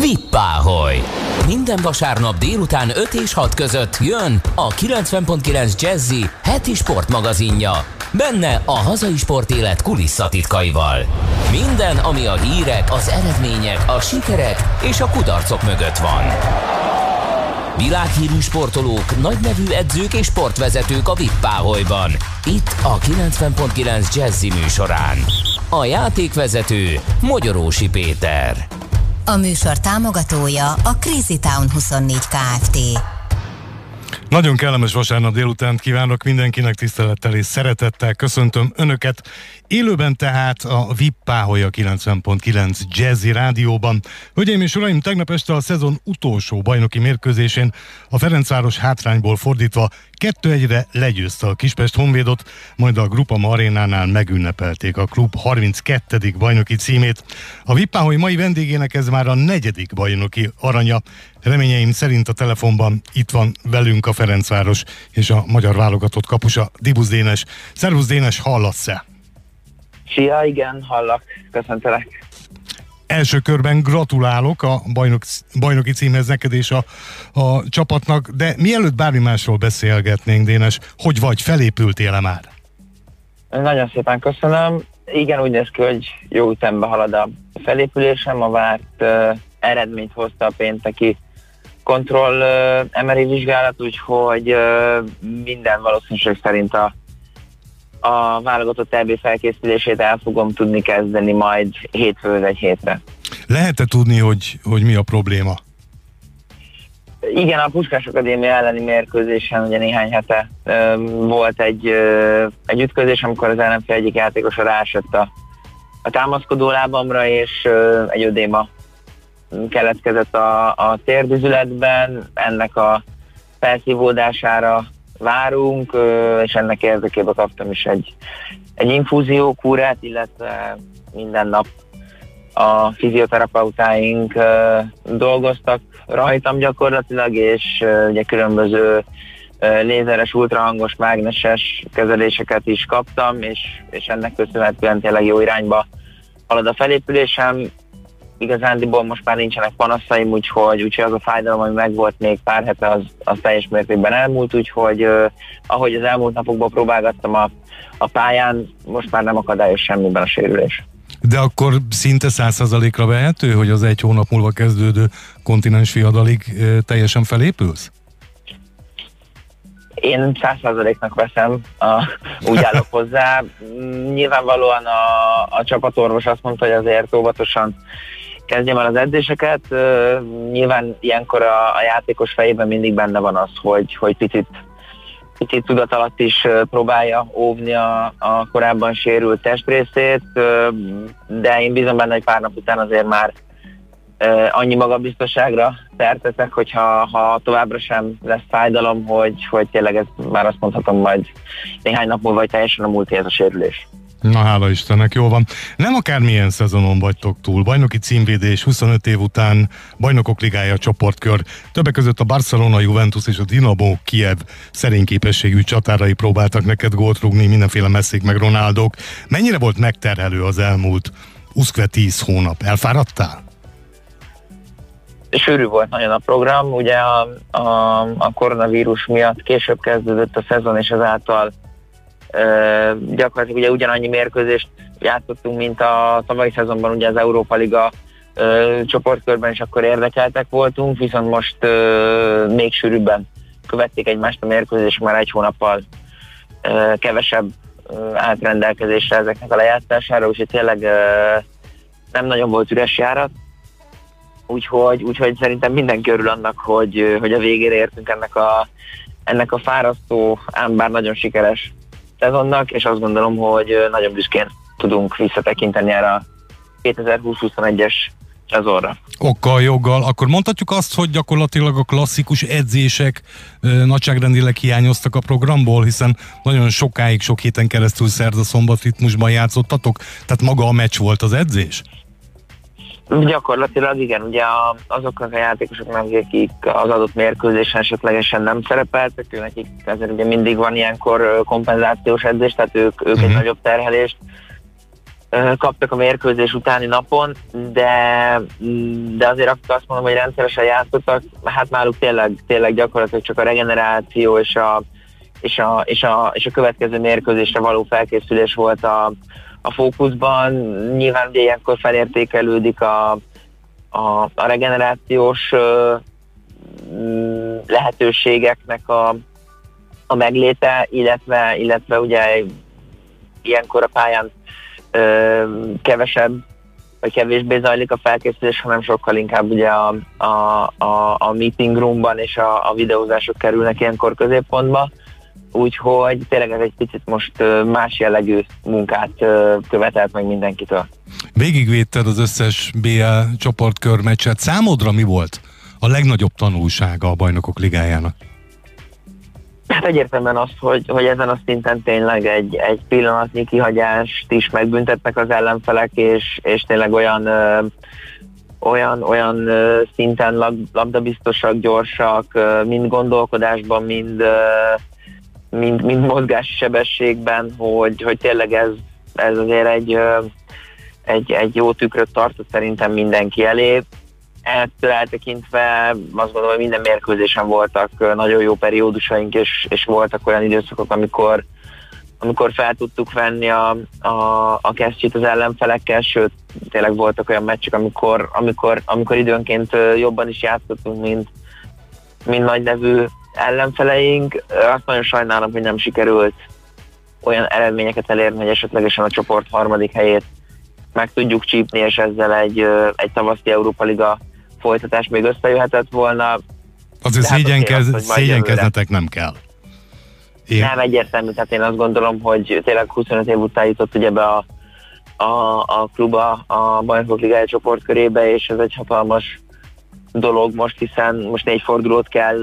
Vippáholy! Minden vasárnap délután 5 és 6 között jön a 90.9 Jazzy heti sportmagazinja. Benne a hazai sportélet kulisszatitkaival. Minden, ami a hírek, az eredmények, a sikerek és a kudarcok mögött van. Világhírű sportolók, nagynevű edzők és sportvezetők a Vippáholyban. Itt a 90.9 Jazzy műsorán. A játékvezető Mogyorósi Péter. A műsor támogatója a Crazy Town 24 Kft. Nagyon kellemes vasárnap délutánt kívánok mindenkinek, tisztelettel és szeretettel köszöntöm Önöket. Élőben tehát a Vippáholy a 90.9 Jazzy rádióban. Hölgyeim és uraim, tegnap este a szezon utolsó bajnoki mérkőzésén a Ferencváros hátrányból fordítva 2-1-re legyőzte a Kispest Honvédot, majd a Groupama arénánál megünnepelték a klub 32. bajnoki címét. A Vippáholy mai vendégének ez már a 4. bajnoki aranya. Reményeim szerint a telefonban itt van velünk a Ferencváros és a magyar válogatott kapusa, Dibusz Dénes. Szervusz Dénes, hallasz-e? Szia, igen, hallak, köszöntelek. Első körben gratulálok a bajnoki címhez neked és a csapatnak, de mielőtt bármi másról beszélgetnénk, Dénes, hogy vagy, felépültél-e már? Nagyon szépen köszönöm. Igen, úgy néz ki, hogy jó ütembe halad a felépülésem, a várt eredményt hozta a pénteki kontroll MRI vizsgálat, úgyhogy minden valószínűség szerint a válogatott EB felkészülését el fogom tudni kezdeni majd hétfőn egy hétre. Lehet-e tudni, hogy mi a probléma? Igen, a Puskás Akadémia elleni mérkőzésen ugye néhány hete volt egy ütközés, amikor az ellenfél egyik játékosa ráesett a támaszkodó lábamra, és egy ödéma keletkezett a térdüzületben. Ennek a felszívódására várunk, és ennek érdekében kaptam is egy infúziókúrát, illetve minden nap a fizioterapeutáink dolgoztak rajtam gyakorlatilag, és ugye különböző lézeres, ultrahangos, mágneses kezeléseket is kaptam, és ennek köszönhetően tényleg jó irányba halad a felépülésem. Igazándiból most már nincsenek panaszaim, úgyhogy az a fájdalom, ami megvolt még pár hete, az teljes mértékben elmúlt, úgyhogy ahogy az elmúlt napokban próbálgattam a pályán, most már nem akadályoz semmiben a sérülés. De akkor szinte 100%-ra vehető, hogy az egy hónap múlva kezdődő kontinens viadalig teljesen felépülsz? Én 100%-nak veszem, úgy állok hozzá. Nyilvánvalóan a csapatorvos azt mondta, hogy azért óvatosan kezdjem el az edzéseket. Nyilván ilyenkor a játékos fejében mindig benne van az, hogy picit tudat alatt is próbálja óvni a korábban sérült testrészét, de én bízom benne, hogy pár nap után azért már annyi magabiztosságra tertetek, hogyha továbbra sem lesz fájdalom, hogy tényleg ez már azt mondhatom majd néhány nap múlva, hogy teljesen a múlté ez a sérülés. Na hála Istennek, jó van. Nem akármilyen szezonon vagytok túl. Bajnoki címvédés 25 év után, Bajnokok Ligája csoportkör. Többek között a Barcelona, Juventus és a Dinamo Kijev szerény képességű csatárai próbáltak neked gólt rúgni, mindenféle Messi meg Ronaldók. Mennyire volt megterhelő az elmúlt 10 hónap? Elfáradtál? Sűrű volt nagyon a program, ugye a koronavírus miatt később kezdődött a szezon, és ezáltal gyakorlatilag ugye ugyanannyi mérkőzést játszottunk, mint a tavalyi szezonban, ugye az Európa Liga csoportkörben is akkor érdekeltek voltunk, viszont most még sűrűbben követték egymást a mérkőzés, már egy hónappal kevesebb állt rendelkezésre ezeknek a lejátszására, úgyhogy tényleg nem nagyon volt üres járat. Úgyhogy szerintem mindenki örül annak, hogy a végére értünk ennek a fárasztó, ám bár nagyon sikeres szezonnak, és azt gondolom, hogy nagyon büszkén tudunk visszatekinteni erre a 2020-21-es szezonra. Okkal, joggal. Akkor mondhatjuk azt, hogy gyakorlatilag a klasszikus edzések nagyságrendileg hiányoztak a programból, hiszen nagyon sokáig, sok héten keresztül szerda-szombat ritmusban játszottatok, tehát maga a meccs volt az edzés? Gyakorlatilag igen, ugye azoknak a játékosoknak, akik az adott mérkőzésen esetlegesen nem szerepeltek, nekik ezért ugye mindig van ilyenkor kompenzációs edzés, tehát ők egy nagyobb terhelést kaptak a mérkőzés utáni napon, de azért azt mondom, hogy rendszeresen játszottak, hát náluk tényleg gyakorlatilag csak a regeneráció és a következő mérkőzésre való felkészülés volt a fókuszban. Nyilván ugye ilyenkor felértékelődik a regenerációs lehetőségeknek a megléte, illetve ugye ilyenkor a pályán kevesebb vagy kevésbé zajlik a felkészülés, hanem sokkal inkább ugye a meeting roomban és a videózások kerülnek ilyenkor középpontba. Úgyhogy tényleg ez egy picit most más jellegű munkát követelt meg mindenkitől. Végigvédted az összes BL csoportkör meccset. Számodra mi volt a legnagyobb tanulsága a Bajnokok Ligájának? Hát egyértelműen az, hogy ezen a szinten tényleg egy pillanatnyi kihagyást is megbüntetnek az ellenfelek, és tényleg olyan szinten labdabiztosak, gyorsak, mind gondolkodásban, mind mozgási sebességben, hogy tényleg ez azért egy jó tükröt tartott szerintem mindenki elé. Ettől eltekintve azt gondolom, hogy minden mérkőzésen voltak nagyon jó periódusaink, és voltak olyan időszakok, amikor fel tudtuk venni a kesztyűt az ellenfelekkel, sőt, tényleg voltak olyan meccsek, amikor időnként jobban is játszottunk, mint nagy nevű ellenfeleink. Azt nagyon sajnálom, hogy nem sikerült olyan eredményeket elérni, hogy esetlegesen a csoport harmadik helyét meg tudjuk csípni, és ezzel egy tavaszi Európa Liga folytatás még összejöhetett volna. Azért szégyenkeznetek nem kell. Nem egyértelmű, tehát én azt gondolom, hogy tényleg 25 év után jutott ugye be a klub a Bajnokok Ligája csoportkörébe, és ez egy hatalmas dolog most, hiszen most 4 fordulót kell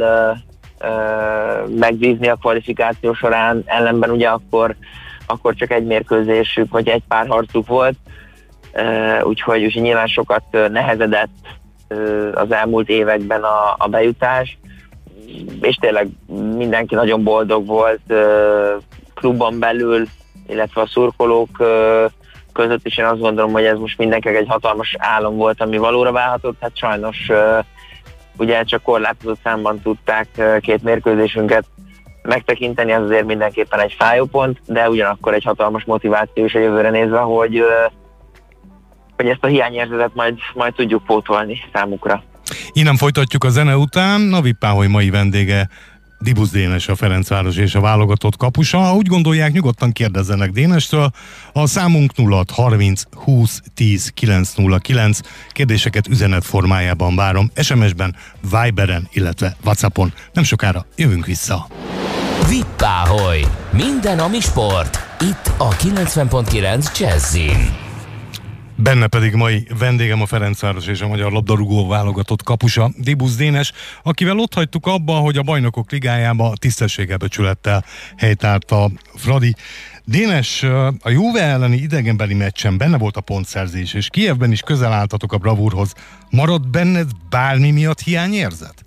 megvízni a kvalifikáció során, ellenben ugye akkor csak egy mérkőzésük, vagy egy párharcuk volt, úgyhogy nyilván sokat nehezedett az elmúlt években a bejutás, és tényleg mindenki nagyon boldog volt klubon belül, illetve a szurkolók között is. Én azt gondolom, hogy ez most mindenkinek egy hatalmas álom volt, ami valóra válhatott. Hát sajnos ugye csak korlátozott számban tudták 2 mérkőzésünket megtekinteni, ez azért mindenképpen egy fájópont, de ugyanakkor egy hatalmas motiváció is a jövőre nézve, hogy ezt a hiányérzetet majd tudjuk pótolni számukra. Innen folytatjuk a zene után. A Vippáholy mai vendége Dibusz Dénes, a Ferencváros és a válogatott kapusa. Ha úgy gondolják, nyugodtan kérdezzenek Dénestől. A számunk 0630 20 10 909. Kérdéseket üzenet formájában várom. SMS-ben, Viberen, illetve WhatsAppon. Nem sokára jövünk vissza. Vippáholy. Minden, ami sport. Itt a 90.9 Jazzin. Benne pedig mai vendégem a Ferencváros és a magyar labdarúgó válogatott kapusa, Dibusz Dénes, akivel ott hagytuk abba, hogy a Bajnokok Ligájába tisztességbecsülettel helytárt a Fradi. Dénes, a Juve elleni idegenbeli meccsen benne volt a pontszerzés, és Kijevben is közel álltatok a bravúrhoz. Maradt benned bármi miatt hiányérzet?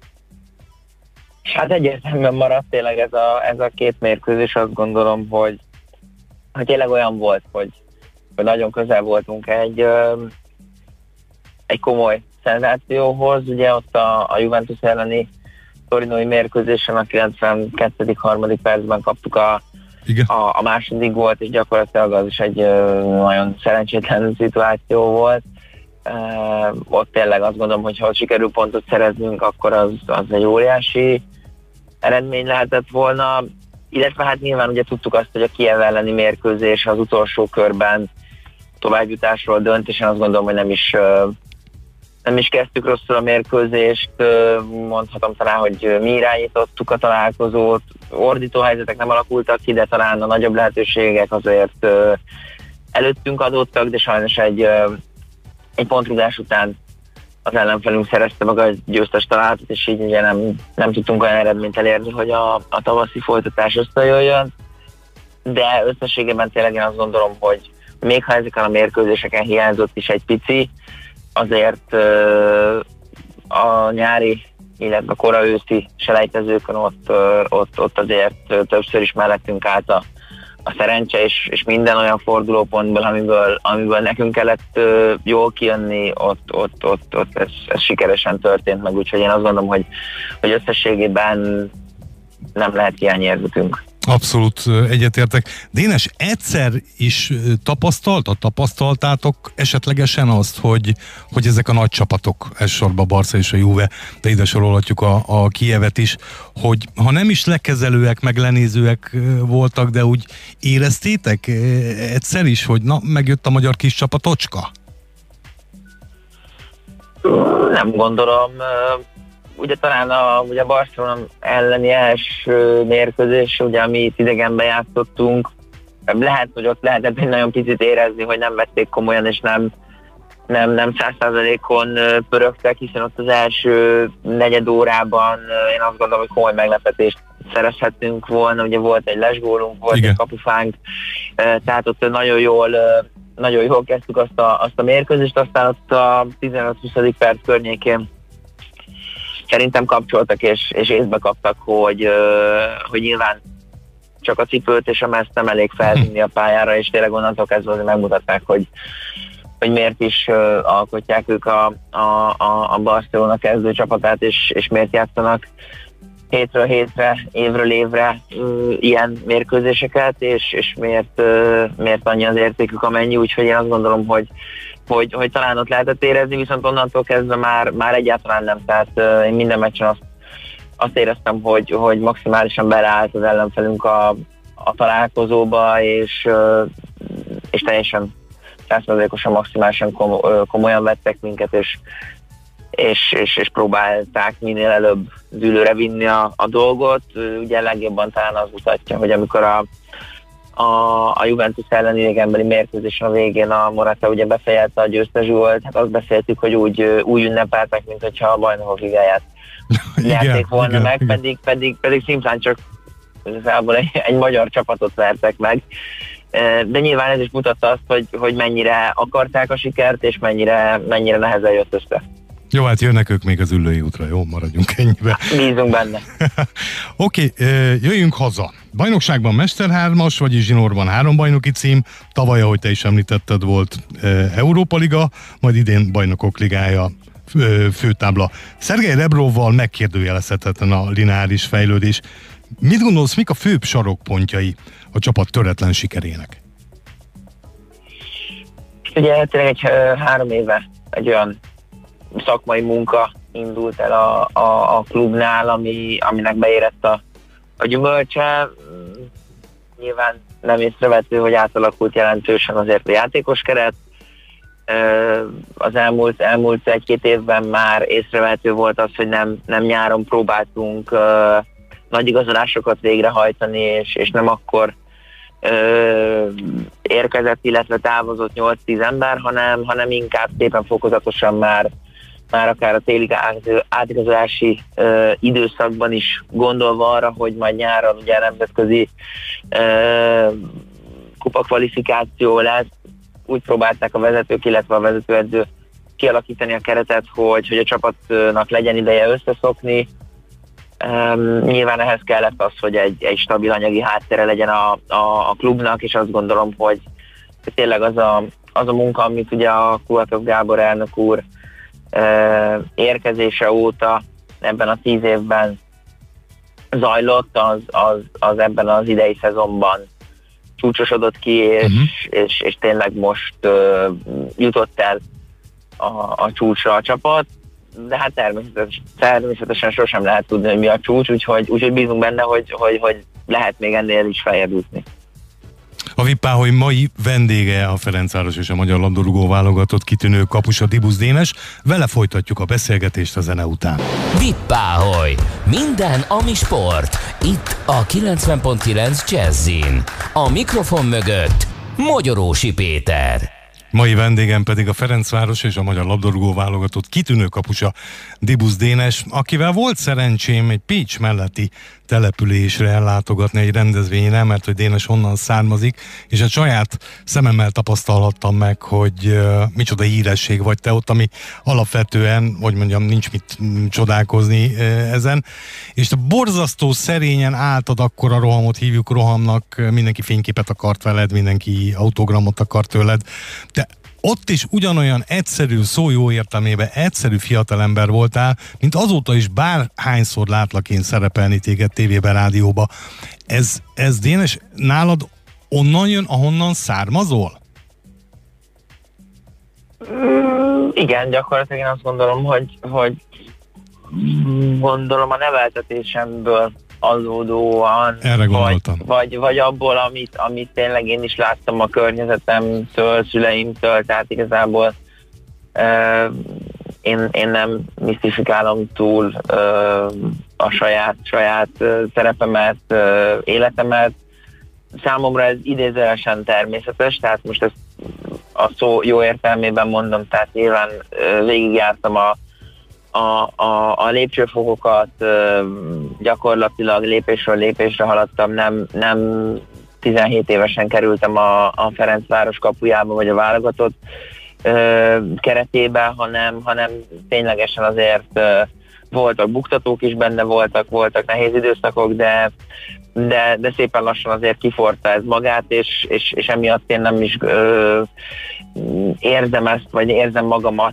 Hát egyértelműen maradt tényleg ez a 2 mérkőzés, azt gondolom, hogy tényleg olyan volt, hogy nagyon közel voltunk egy komoly szenzációhoz. Ugye ott a Juventus elleni torinói mérkőzésen a 92. harmadik percben kaptuk a második gólt, és gyakorlatilag az is egy nagyon szerencsétlen szituáció volt. Ott tényleg azt gondolom, hogy ha sikerül pontot szereznünk, akkor az egy óriási eredmény lehetett volna. Illetve hát nyilván ugye tudtuk azt, hogy a Kijev elleni mérkőzés az utolsó körben továbbjutásról dönt, és én azt gondolom, hogy nem is kezdtük rosszul a mérkőzést, mondhatom talán, hogy mi irányítottuk a találkozót, ordító helyzetek nem alakultak ki, de talán a nagyobb lehetőségek azért előttünk adódtak, de sajnos egy pontrugás után az ellenfelünk szerezte meg a győztes találatot, és így ugye nem tudtunk olyan eredményt elérni, hogy a tavaszi folytatás összejöjjön, de összességében tényleg én azt gondolom, hogy még ha ezeken a mérkőzéseken hiányzott is egy pici, azért a nyári, illetve a kora őszi selejtezőkön ott azért többször is mellettünk állt a szerencse, és minden olyan fordulópontból, amiből nekünk kellett jól kijönni, ott ez sikeresen történt meg, úgyhogy én azt gondolom, hogy összességében nem lehet hiányérzetünk. Abszolút egyetértek. Dénes, egyszer is tapasztaltátok esetlegesen azt, hogy ezek a nagy csapatok, elsősorban a Barca és a Juve, de ide sorolhatjuk a Kijevet is, hogy ha nem is lekezelőek, meg lenézőek voltak, de úgy éreztétek egyszer is, hogy na, megjött a magyar kis csapatocska? Nem gondolom. Ugye talán a Barcelona elleni első mérkőzés, ugye amit idegenbe játszottunk, lehet, hogy ott lehetett egy nagyon picit érezni, hogy nem vették komolyan, és nem 100%-on pörögtek, hiszen ott az első negyed órában én azt gondolom, hogy komoly meglepetést szerezhettünk volna, ugye volt egy lesgólunk, volt egy kapufánk, tehát ott nagyon jól kezdtük azt a mérkőzést, aztán ott a 15-20. perc környékén szerintem kapcsoltak és észbe kaptak, hogy nyilván csak a cipőt és a mezt nem elég felvinni a pályára, és tényleg onnantól kezdve azért megmutatták, hogy miért is alkotják ők a Barcelona kezdő csapatát, és miért játszanak hétről hétre, évről évre ilyen mérkőzéseket, és miért annyi az értékük amennyi, úgyhogy én azt gondolom, hogy talán ott lehetett érezni, viszont onnantól kezdve már egyáltalán nem. Tehát én minden meccsen azt éreztem, hogy maximálisan beleállt az ellenfelünk a találkozóba, és teljesen 100%-osan maximálisan komolyan vettek minket, és próbálták minél előbb dűlőre vinni a dolgot. Ugye legjobban talán az mutatja, hogy amikor a Juventus ellen idegenbeli mérkőzésen a végén a Morata ugye befejelte a győztes gólt, hát azt beszéltük, hogy úgy ünnepeltek, mint hogyha a bajnokok ligáját nyerték volna meg, pedig szimplán csak egy magyar csapatot vertek meg. De nyilván ez is mutatta azt, hogy mennyire akarták a sikert, és mennyire nehezen jött össze. Jó, hát jönnek ők még az Üllői útra, jó? Maradjunk ennyibe. Bízunk benne. Oké, jöjjünk haza. Bajnokságban Mester 3-as, vagyis zsinórban 3 bajnoki cím, tavaly, ahogy te is említetted, volt Európa Liga, majd idén Bajnokok Ligája főtábla. Szergej Rebrovval megkérdőjelezhetetlen a lineáris fejlődés. Mit gondolsz, mik a főbb sarokpontjai a csapat töretlen sikerének? Ugye tényleg egy 3 éve egy olyan szakmai munka indult el a klubnál, aminek beérett a gyümölcse. Nyilván nem észrevehető, hogy átalakult jelentősen azért a játékos keret. Az elmúlt 1-2 évben már észrevehető volt az, hogy nem nyáron próbáltunk nagy igazolásokat végrehajtani, és nem akkor érkezett, illetve távozott 8-10 ember, hanem inkább szépen fokozatosan már akár a téli átigazolási időszakban is gondolva arra, hogy majd nyáron ugye nemzetközi kupakvalifikáció lesz, úgy próbálták a vezetők, illetve a vezetőedző kialakítani a keretet, hogy a csapatnak legyen ideje összeszokni. Nyilván ehhez kellett az, hogy egy stabil anyagi háttere legyen a klubnak, és azt gondolom, hogy tényleg az a munka, amit ugye a Kuhatov Gábor elnök úr érkezése óta ebben a 10 évben zajlott, az ebben az idei szezonban csúcsosodott ki, és tényleg most jutott el a csúcsra a csapat, de hát természetesen sosem lehet tudni, hogy mi a csúcs, úgyhogy bízunk benne, hogy lehet még ennél is feljebb jutni. A Vippáholy mai vendége a Ferencváros és a magyar labdarúgó válogatott kitűnő kapusa Dibusz Dénes. Vele folytatjuk a beszélgetést a zene után. Vippáholy. Minden, ami sport. Itt a 90.9 Jazzin. A mikrofon mögött Mogyorósi Péter. Mai vendégem pedig a Ferencváros és a magyar labdarúgó válogatott kitűnő kapusa Dibusz Dénes, akivel volt szerencsém egy Pécs melletti településre ellátogatni egy rendezvényre, mert hogy Dénes onnan származik, és a saját szememmel tapasztalhattam meg, hogy micsoda híresség vagy te ott, ami alapvetően, hogy mondjam, nincs mit csodálkozni ezen, és te borzasztó szerényen álltad akkor a rohamot, hívjuk rohamnak, mindenki fényképet akart veled, mindenki autogramot akart tőled, de ott is ugyanolyan egyszerű, szó jó értelmében egyszerű fiatalember voltál, mint azóta is bárhányszor látlak én szerepelni téged tévében, rádióba. Ez Dénes, nálad onnan jön, ahonnan származol? Igen, gyakorlatilag én azt gondolom, hogy gondolom a neveltetésemből adódóan, erre gondoltam. Vagy abból, amit tényleg én is láttam a környezetemtől, szüleimtől, tehát igazából én nem misztifikálom túl a saját szerepemet, életemet. Számomra ez idézőjelesen természetes, tehát most ezt a szó jó értelmében mondom, tehát nyilván végigjártam a lépcsőfokokat, gyakorlatilag lépésről lépésre haladtam, nem 17 évesen kerültem a Ferencváros kapujába, vagy a válogatott keretébe, hanem ténylegesen azért voltak buktatók is benne, voltak nehéz időszakok, de szépen lassan azért kiforrta ez magát, és emiatt én nem is érzem ezt, vagy érzem magamat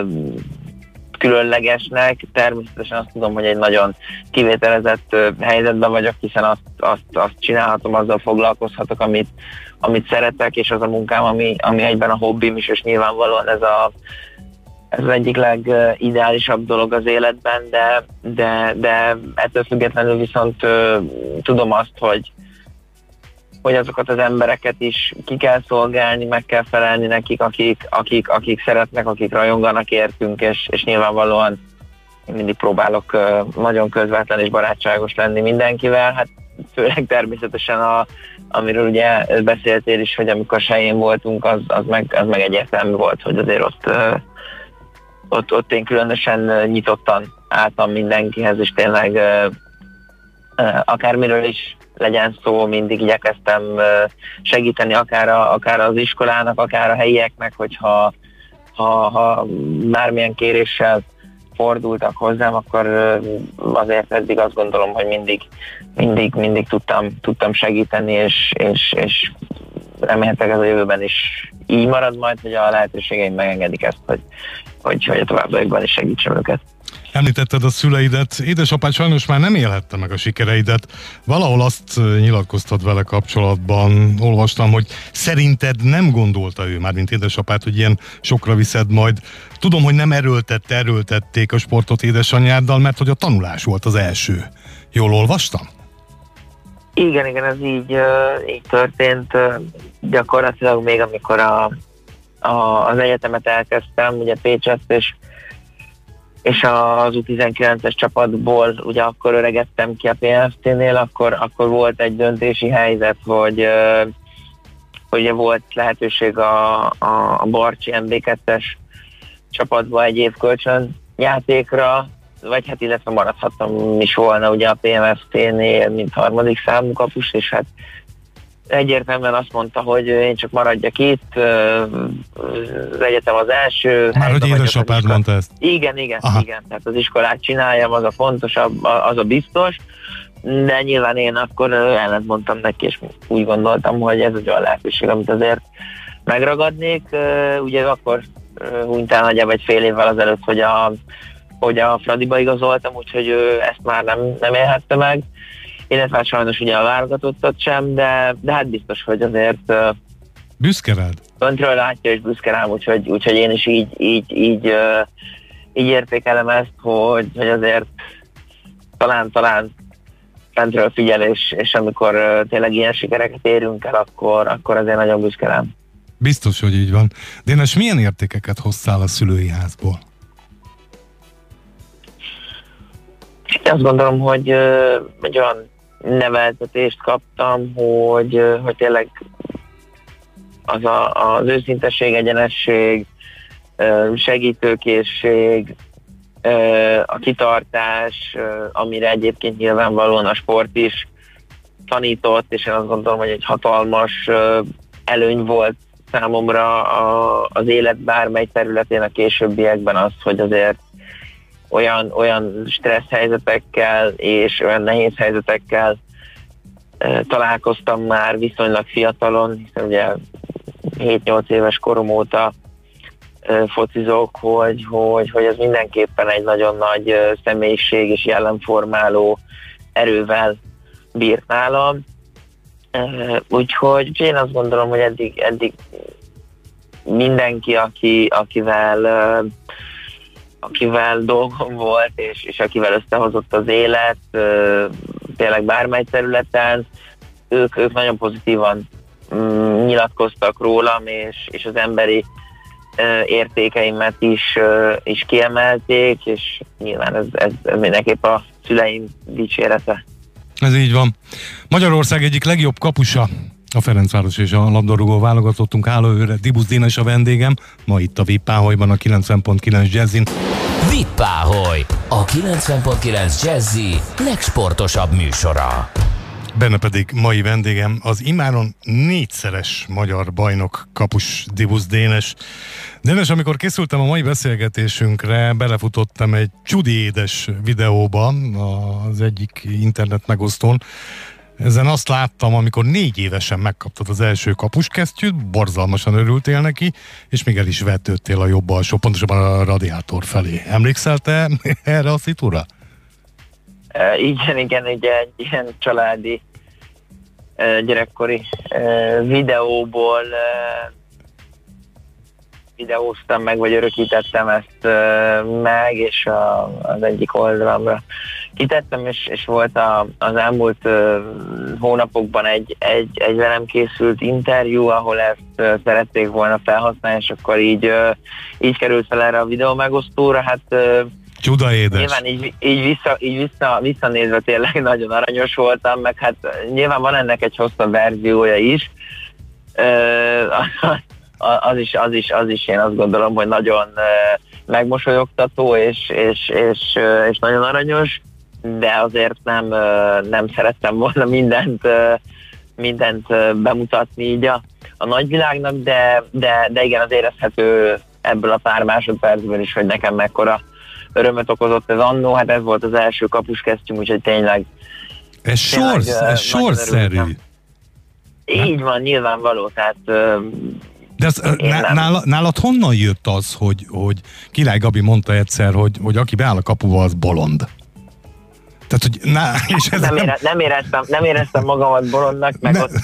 különlegesnek. Természetesen azt tudom, hogy egy nagyon kivételezett helyzetben vagyok, hiszen azt csinálhatom, azzal foglalkozhatok, amit szeretek, és az a munkám, ami egyben a hobbim is, és nyilvánvalóan ez az egyik legideálisabb dolog az életben, de ettől függetlenül viszont tudom azt, hogy azokat az embereket is ki kell szolgálni, meg kell felelni nekik, akik szeretnek, akik rajonganak értünk, és nyilvánvalóan én mindig próbálok nagyon közvetlen és barátságos lenni mindenkivel, hát főleg természetesen amiről ugye beszéltél is, hogy amikor sején voltunk, az meg egyértelmű volt, hogy azért ott én különösen nyitottan álltam mindenkihez, és tényleg akármiről is legyen szó, mindig igyekeztem segíteni akár az iskolának, akár a helyieknek, ha bármilyen kéréssel fordultak hozzám, akkor azért eddig azt gondolom, hogy mindig tudtam segíteni, és remélhetőleg ez a jövőben is így marad majd, hogy a lehetőségeim megengedik ezt, hogy a továbbiakban is segítsem őket. Említetted a szüleidet, édesapád sajnos már nem élhette meg a sikereidet. Valahol azt nyilatkoztad vele kapcsolatban, olvastam, hogy szerinted nem gondolta ő, mármint édesapád, hogy ilyen sokra viszed majd. Tudom, hogy nem erőltették a sportot édesanyáddal, mert hogy a tanulás volt az első. Jól olvastam? Igen, ez így történt. Gyakorlatilag még amikor az egyetemet elkezdtem, ugye Pécset, és az U19-es csapatból ugye akkor öregettem ki a PFT-nél, akkor volt egy döntési helyzet, hogy ugye volt lehetőség a Barcsi MB2-es csapatba egy év kölcsönjátékra, vagy hát illetve maradhattam is volna ugye a PMFT-nél, mint harmadik számú kapus, és hát egyértelműen azt mondta, hogy én csak maradjak itt, az egyetem az első. Már hogy édesapád mondta ezt? Igen, tehát az iskolát csináljam, az a fontosabb, az a biztos, de nyilván én akkor ellent mondtam neki, és úgy gondoltam, hogy ez egy olyan lehetőség, amit azért megragadnék. Ugye akkor hunyt el nagyjából egy fél évvel azelőtt, hogy a Fradiba igazoltam, úgyhogy ő ezt már nem élhette meg, illetve sajnos ugye a válogatottat sem, de hát biztos, hogy azért büszke rád? Öntről látja és büszke rám, úgyhogy én is így értékelem ezt, hogy azért talán fentről figyel, és amikor tényleg ilyen sikereket érünk el, akkor azért nagyon büszke rám. Biztos, hogy így van. Dénes, milyen értékeket hoztál a szülői házból? Azt gondolom, hogy egy olyan neveltetést kaptam, hogy tényleg az őszintesség, egyenesség, segítőkészség, a kitartás, amire egyébként nyilvánvalóan a sport is tanított, és én azt gondolom, hogy egy hatalmas előny volt számomra az élet bármely területén a későbbiekben az, hogy azért olyan stressz helyzetekkel és olyan nehéz helyzetekkel találkoztam már viszonylag fiatalon, hiszen ugye 7-8 éves korom óta focizok, hogy ez mindenképpen egy nagyon nagy személyiség és jellemformáló erővel bírt nálam. Úgyhogy én azt gondolom, hogy eddig mindenki, akivel dolgom volt, és akivel összehozott az élet, tényleg bármely területen, ők nagyon pozitívan nyilatkoztak rólam, és az emberi értékeimet is kiemelték, és nyilván ez mindenképp a szüleim dicsérete. Ez így van. Magyarország egyik legjobb kapusa, a Ferencváros és a labdarúgó válogatottunk hálóőre, Dibusz Dénes a vendégem, ma itt a VIP-Páholyban a 90.9 Jazzin. VIP-Páholy, a 90.9 Jazzy legsportosabb műsora. Benne pedig mai vendégem az immáron 4-szeres magyar bajnok kapus Dibusz Dénes. Dénes, amikor készültem a mai beszélgetésünkre, belefutottam egy csudi édes videóba az egyik internet megosztón. Ezen azt láttam, amikor 4 évesen megkaptad az első kapuskesztyűt, borzalmasan örültél neki, és még el is vetődtél a jobb alsó, pontosabban a radiátor felé. Emlékszel te erre a szitúra? Igen, ugye egy ilyen családi gyerekkori videóból videóztam meg, vagy örökítettem ezt meg, és az egyik oldalamra kitettem, és volt az elmúlt hónapokban egy velem készült interjú, ahol ezt szerették volna felhasználni, és akkor így került fel erre a videó megosztóra. Hát csuda édes. Nyilván így visszanézve tényleg nagyon aranyos voltam, meg hát nyilván van ennek egy hosszabb verziója is. Az is én azt gondolom, hogy nagyon megmosolyogtató és nagyon aranyos, de azért nem szerettem volna mindent bemutatni így a nagyvilágnak, de igen, az érezhető ebből a pár másodpercből is, hogy nekem mekkora örömet okozott ez annó, hát ez volt az első kapuskesztyűm, úgyhogy tényleg... Ez sorszerű. Így van, nyilvánvaló, tehát... De nálad honnan jött az, hogy Király Gabi mondta egyszer, hogy aki beáll a kapuba, az bolond? Tehát, hogy és ez nem éreztem magamat bolondnak, meg ott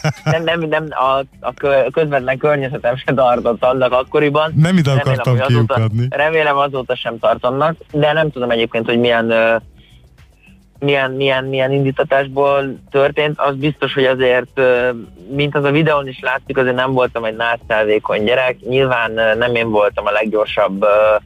a közvetlen környezetem se tartott annak akkoriban. Nem ide akartam kiukadni. Remélem azóta sem tartanak, de nem tudom egyébként, hogy milyen indítatásból történt. Az biztos, hogy azért, mint az a videón is látszik, azért nem voltam egy nátszálvékony gyerek. Nyilván nem én voltam a leggyorsabb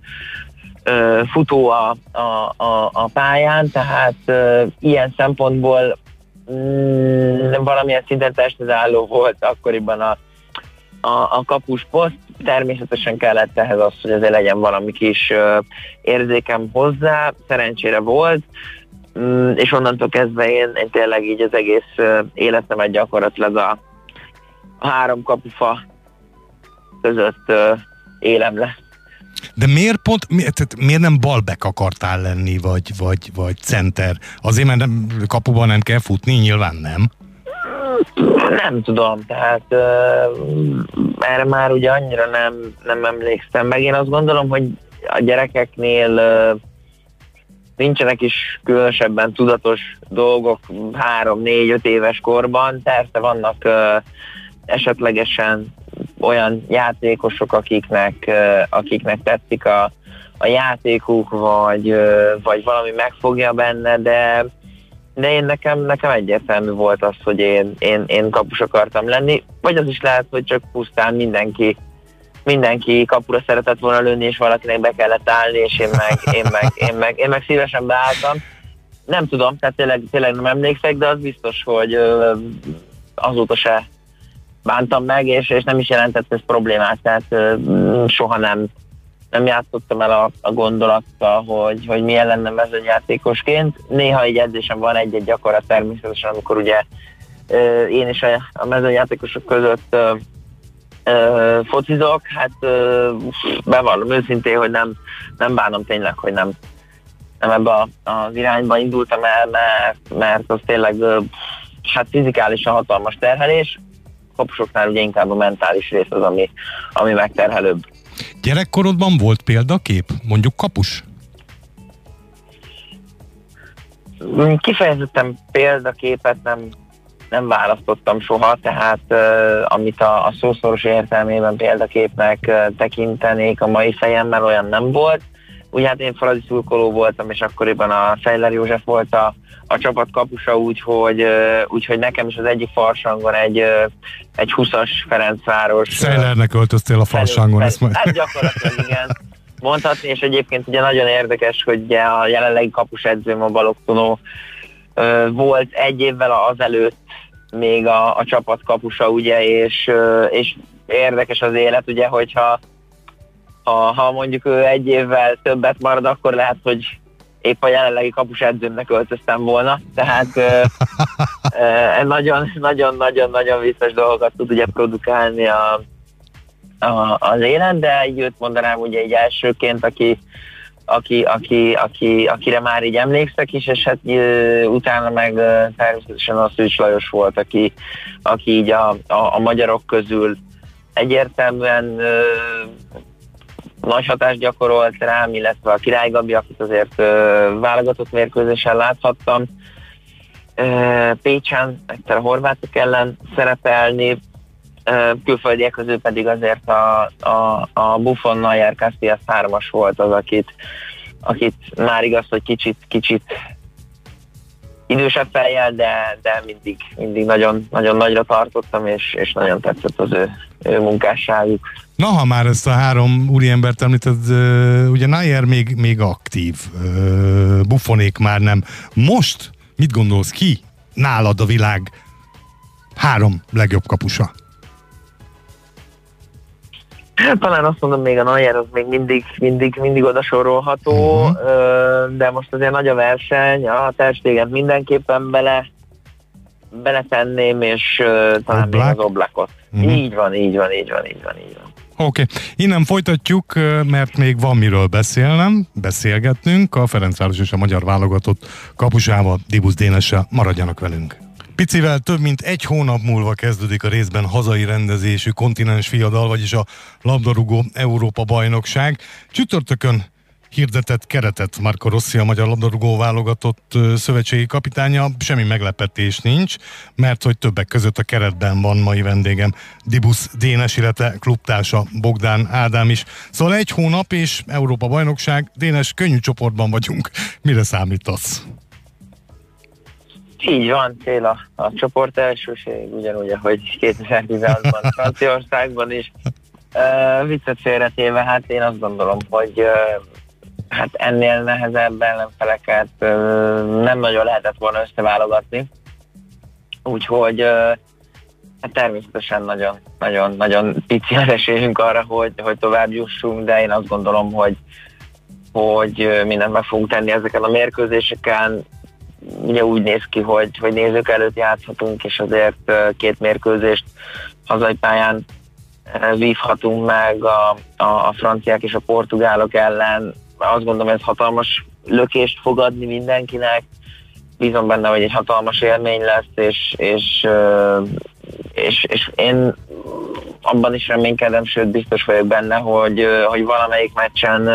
futó a pályán, tehát ilyen szempontból valamilyen szinten testnezálló volt akkoriban a kapusposzt. Természetesen kellett ehhez az, hogy azért legyen valami kis érzékem hozzá, szerencsére volt, és onnantól kezdve én tényleg így az egész életemet gyakorlatilag a 3 kapufa között élem le. De miért nem balback akartál lenni, vagy center? Azért, mert kapuban nem kell futni, nyilván nem? Nem tudom, tehát erre már ugye annyira nem emlékszem meg. Én azt gondolom, hogy a gyerekeknél nincsenek is különösebben tudatos dolgok 3-4-5 éves korban. Persze vannak esetlegesen olyan játékosok, akiknek tetszik a játékuk, vagy valami megfogja benne, de én nekem egyértelmű volt az, hogy én kapus akartam lenni, vagy az is lehet, hogy csak pusztán mindenki kapura szeretett volna lőni, és valakinek be kellett állni, és én meg szívesen beálltam. Nem tudom, tehát tényleg nem emlékszek, de az biztos, hogy azóta se bántam meg, és nem is jelentett ez problémát, tehát soha nem játszottam el a gondolattal, hogy milyen lenne mezőnyjátékosként. Néha így edzésem van egy-egy gyakorlat természetesen, amikor ugye én is a mezőnyjátékosok között focizok, hát bevallom őszintén, hogy nem bánom tényleg, hogy nem ebbe az irányba indultam el, mert az tényleg hát fizikálisan hatalmas terhelés. Kapusoknál ugye inkább a mentális rész az, ami megterhelőbb. Gyerekkorodban volt példakép? Mondjuk kapus? Kifejezetten példaképet nem választottam soha, tehát amit a szószoros értelmében példaképnek tekintenék a mai fejemmel, olyan nem volt. Ugye hát én Fradi szurkoló voltam, és akkoriban a Seiler József volt a csapat kapusa, úgyhogy nekem is az egyik farsangon egy 20-as Ferencváros... Seilernek öltöztél a farsangon, ezt majd... Hát gyakorlatilag igen, mondhatni, és egyébként ugye nagyon érdekes, hogy ugye a jelenlegi kapusedzőm, a Balogh Tunó volt egy évvel azelőtt még a csapat kapusa, ugye, és érdekes az élet, ugye, hogyha ha mondjuk ő egy évvel többet marad, akkor lehet, hogy épp a jelenlegi kapusedzőmnek öltöztem volna, tehát nagyon vicces dolgokat tud ugye produkálni az élet, de így őt mondanám ugye egy elsőként, akire már így emlékszek is, és hát utána meg természetesen a Szűcs Lajos volt, aki így a magyarok közül egyértelműen nagy hatást gyakorolt rám, illetve a Király Gabi, akit azért válogatott mérkőzésen láthattam. Pécsen egyszer a horvátok ellen szerepelni, külföldiek közül pedig azért a Buffon, Neuer, Casillas 3-as volt az, akit már igaz, hogy kicsit idősebb fejjel, de mindig nagyon nagyra tartottam, és nagyon tetszett az ő munkásságuk. Na, ha már ezt a három úriembert említed, ugye Neuer még aktív, Buffonék már nem. Most mit gondolsz, ki nálad a világ 3 legjobb kapusa? Hát talán azt mondom, még a Neuer az még mindig oda sorolható, de most azért nagy a verseny, a Ter Stegent mindenképpen beletenném, és talán még az Oblakot. Így van. Oké. Innen folytatjuk, mert még van miről beszélgetnünk a Ferencváros és a magyar válogatott kapusával, Dibusz Dénessel. Maradjanak velünk. Picivel több mint egy hónap múlva kezdődik a részben hazai rendezésű kontinens fiadal, vagyis a labdarúgó Európa-bajnokság. Csütörtökön hirdetett keretet Marco Rossi, a magyar labdarúgó válogatott szövetségi kapitánya. Semmi meglepetés nincs, mert hogy többek között a keretben van mai vendégem Dibusz Dénes, illetve klubtársa Bogdán Ádám is. Szóval egy hónap és Európa-bajnokság. Dénes, könnyű csoportban vagyunk. Mire számítasz? Így van, cél a csoport elsőség, ugyanúgy, ahogy 2016-ban Franciaországban is. Viccet félretéve, hát én azt gondolom, hogy hát ennél nehezebb ellenfeleket nem nagyon lehetett volna összeválogatni. Úgyhogy hát természetesen nagyon pici az esélyünk arra, hogy tovább jussunk, de én azt gondolom, hogy mindent meg fogunk tenni ezeken a mérkőzéseken. Ugye úgy néz ki, hogy nézők előtt játszhatunk, és azért 2 mérkőzést hazai pályán vívhatunk meg a franciák és a portugálok ellen. Azt gondolom, ez hatalmas lökést fog adni mindenkinek. Bízom benne, hogy egy hatalmas élmény lesz, és én abban is reménykedem, sőt biztos vagyok benne, hogy valamelyik meccsen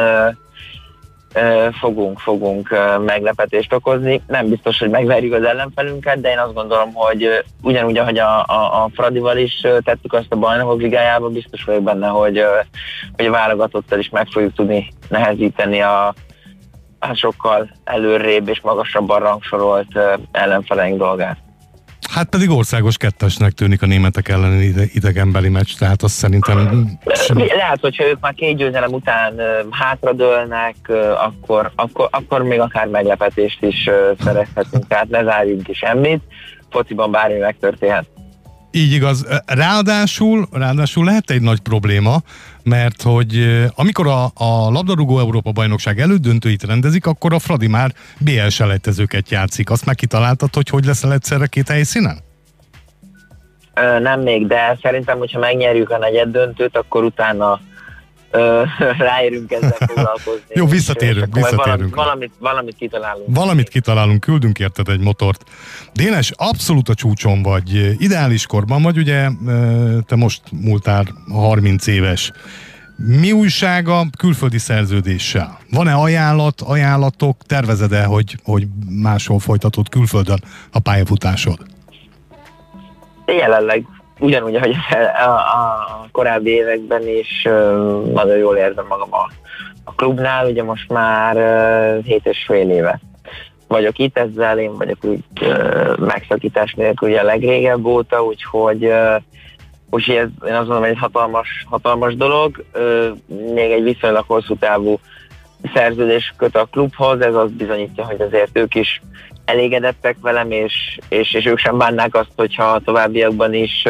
fogunk meglepetést okozni. Nem biztos, hogy megverjük az ellenfelünket, de én azt gondolom, hogy ugyanúgy, ahogy a Fradival is tettük azt a Bajnokok Ligájába, biztos vagyok benne, hogy a válogatottal is meg fogjuk tudni nehezíteni a sokkal előrébb és magasabban rangsorolt ellenfeleink dolgát. Hát pedig országos 2-esnek tűnik a németek elleni idegenbeli meccs, tehát azt szerintem... Lehet, hogyha ők már 2 győzelem után hátradőlnek, akkor még akár meglepetést is szerezhetünk, tehát ne zárjunk ki semmit, fociban bármi megtörténhet. Így igaz. Ráadásul lehet egy nagy probléma, mert hogy amikor a labdarúgó Európa-bajnokság elődöntőit rendezik, akkor a Fradi már BL selejtezőket játszik. Azt már kitaláltad, hogy leszel egyszerre két helyszínen? Nem még, de szerintem, hogyha megnyerjük a negyeddöntőt, akkor utána ráérünk ezzel foglalkozni. Jó, visszatérünk. Valamit kitalálunk. Valamit kitalálunk, küldünk érted egy motort. Dénes, abszolút a csúcson vagy, ideális korban vagy, ugye te most múltál 30 éves. Mi újság a külföldi szerződéssel? Van-e ajánlatok, tervezed-e, hogy máshol folytatod külföldön a pályafutásod? Jelenleg ugyanúgy, ahogy a korábbi években is nagyon jól érzem magam a klubnál, ugye most már 7,5 éve vagyok itt, ezzel én vagyok úgy megszakítás nélkül ugye a legrégebb óta, úgyhogy ez, én azt mondom, hogy egy hatalmas dolog. Még egy viszonylag hosszú távú szerződés köt a klubhoz, ez azt bizonyítja, hogy azért ők is elégedettek velem, és ők sem bánnák azt, hogyha a továbbiakban is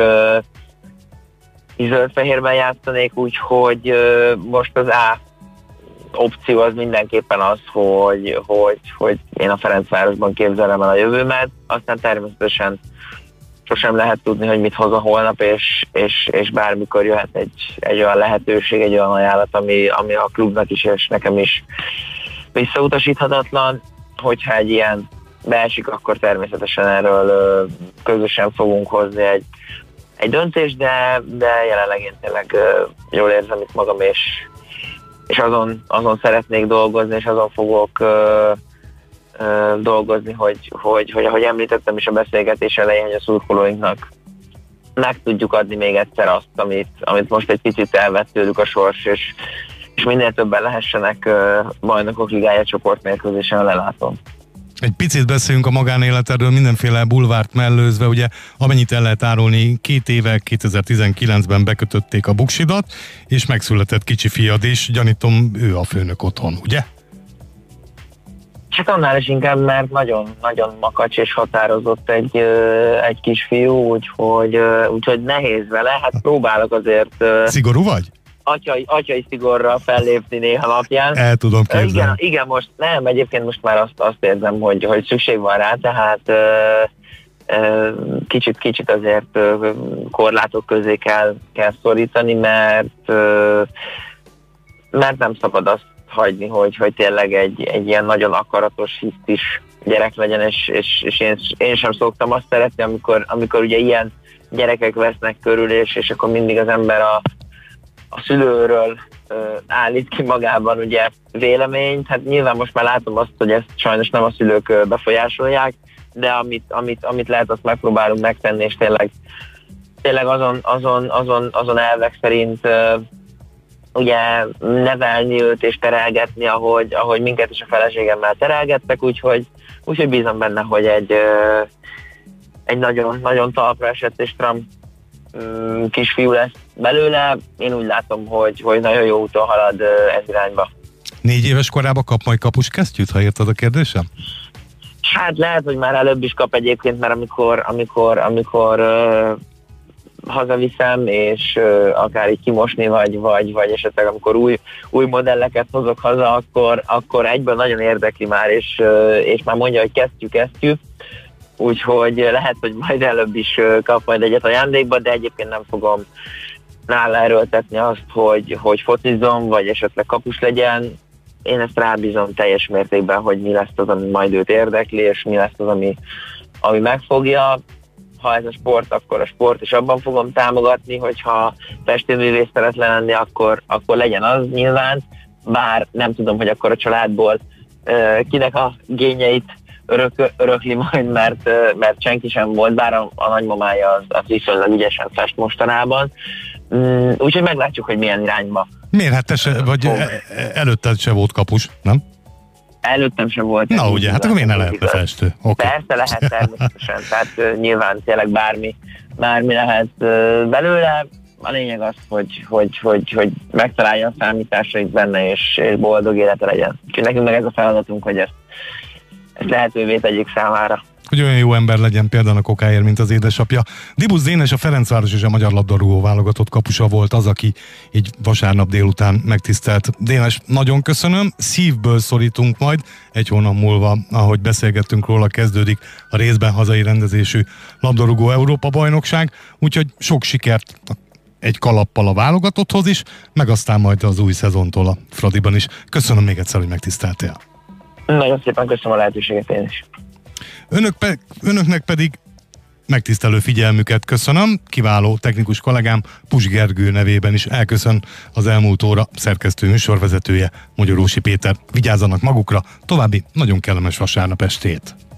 zöld-fehérben játszanék, úgyhogy most az A opció az mindenképpen az, hogy én a Ferencvárosban képzelem el a jövőmet, aztán természetesen sosem lehet tudni, hogy mit hoz a holnap, és bármikor jöhet egy olyan lehetőség, egy olyan ajánlat, ami a klubnak is, és nekem is visszautasíthatatlan. Hogyha egy ilyen beesik, akkor természetesen erről közösen fogunk hozni egy döntést, de jelenleg én tényleg jól érzem itt magam, és azon szeretnék dolgozni, és azon fogok dolgozni, hogy ahogy említettem is a beszélgetés elején, hogy a szurkolóinknak meg tudjuk adni még egyszer azt, amit most egy picit elvett tőlük a sors, és minél többen lehessenek bajnokok ligája csoportmérkőzésen a lelátón. Egy picit beszéljünk a magánéletedről, mindenféle bulvárt mellőzve, ugye amennyit el lehet árulni, 2 éve, 2019-ben bekötötték a buksidat, és megszületett kicsi fiad, és gyanítom, ő a főnök otthon, ugye? Hát annál is inkább, mert nagyon makacs és határozott egy kisfiú, úgyhogy nehéz vele, hát próbálok azért... Szigorú vagy? Atyai szigorral fellépni néha napján. El tudom képzelni. Igen, most nem, egyébként most már azt érzem, hogy szükség van rá, tehát kicsit azért korlátok közé kell szorítani, mert nem szabad azt hagyni, hogy tényleg egy ilyen nagyon akaratos, hisztis gyerek legyen, és én sem szoktam azt szeretni, amikor ugye ilyen gyerekek vesznek körül, és akkor mindig az ember a szülőről állít ki magában ugye véleményt. Hát nyilván most már látom azt, hogy ezt sajnos nem a szülők befolyásolják, de amit lehet, azt megpróbálunk megtenni, és tényleg azon elvek szerint ugye nevelni őt és terelgetni, ahogy minket is a feleségemmel terelgettek, úgyhogy bízom benne, hogy egy nagyon, nagyon talpra esett és tram kisfiú lesz belőle. Én úgy látom, hogy nagyon jó úton halad ez irányba. 4 éves korában kap majd kapuskesztyűt, ha érted a kérdésem? Hát lehet, hogy már előbb is kap egyébként, mert amikor hazaviszem, és akár így kimosni, vagy esetleg amikor új modelleket hozok haza, akkor egyből nagyon érdekli már, és már mondja, hogy kesztyű. Úgyhogy lehet, hogy majd előbb is kap majd egyet ajándékba, de egyébként nem fogom nála erőltetni azt, hogy focizzon, vagy esetleg kapus legyen. Én ezt rábízom teljes mértékben, hogy mi lesz az, ami majd őt érdekli, és mi lesz az, ami megfogja. Ha ez a sport, akkor a sport, és abban fogom támogatni, hogyha festőművész szeretne lenni, akkor legyen az nyilván, bár nem tudom, hogy akkor a családból kinek a gényeit örökli majd, mert senki sem volt, bár a nagymamája az viszonylag ügyesen fest mostanában. Úgyhogy meglátjuk, hogy milyen irányba. Miért? Hát te se, vagy előtted se volt kapus, nem? Előttem sem volt. Na ugye, hát akkor miért ne lehetne festő? Okay. Persze lehet természetesen, tehát nyilván tényleg bármi lehet belőle. A lényeg az, hogy megtalálja a számításait benne, és boldog élete legyen. Úgyhogy nekünk meg ez a feladatunk, hogy ezt lehetővé tegyük számára. hogy olyan jó ember legyen példának okáért, mint az édesapja. Dibusz Dénes, a Ferencváros és a magyar labdarúgó válogatott kapusa volt az, aki így vasárnap délután megtisztelt. Dénes, nagyon köszönöm, szívből szorítunk majd, egy hónap múlva, ahogy beszélgettünk róla, kezdődik a részben hazai rendezésű labdarúgó Európa-bajnokság, úgyhogy sok sikert egy kalappal a válogatotthoz is, meg aztán majd az új szezontól a Fradiban is. Köszönöm még egyszer, hogy megtiszteltél. Nagyon szépen köszönöm a lehetőséget én is. Önöknek pedig megtisztelő figyelmüket köszönöm. Kiváló technikus kollégám Puzs Gergő nevében is elköszön az elmúlt óra szerkesztő műsorvezetője, Magyarósi Péter. Vigyázzanak magukra, további nagyon kellemes vasárnap estét!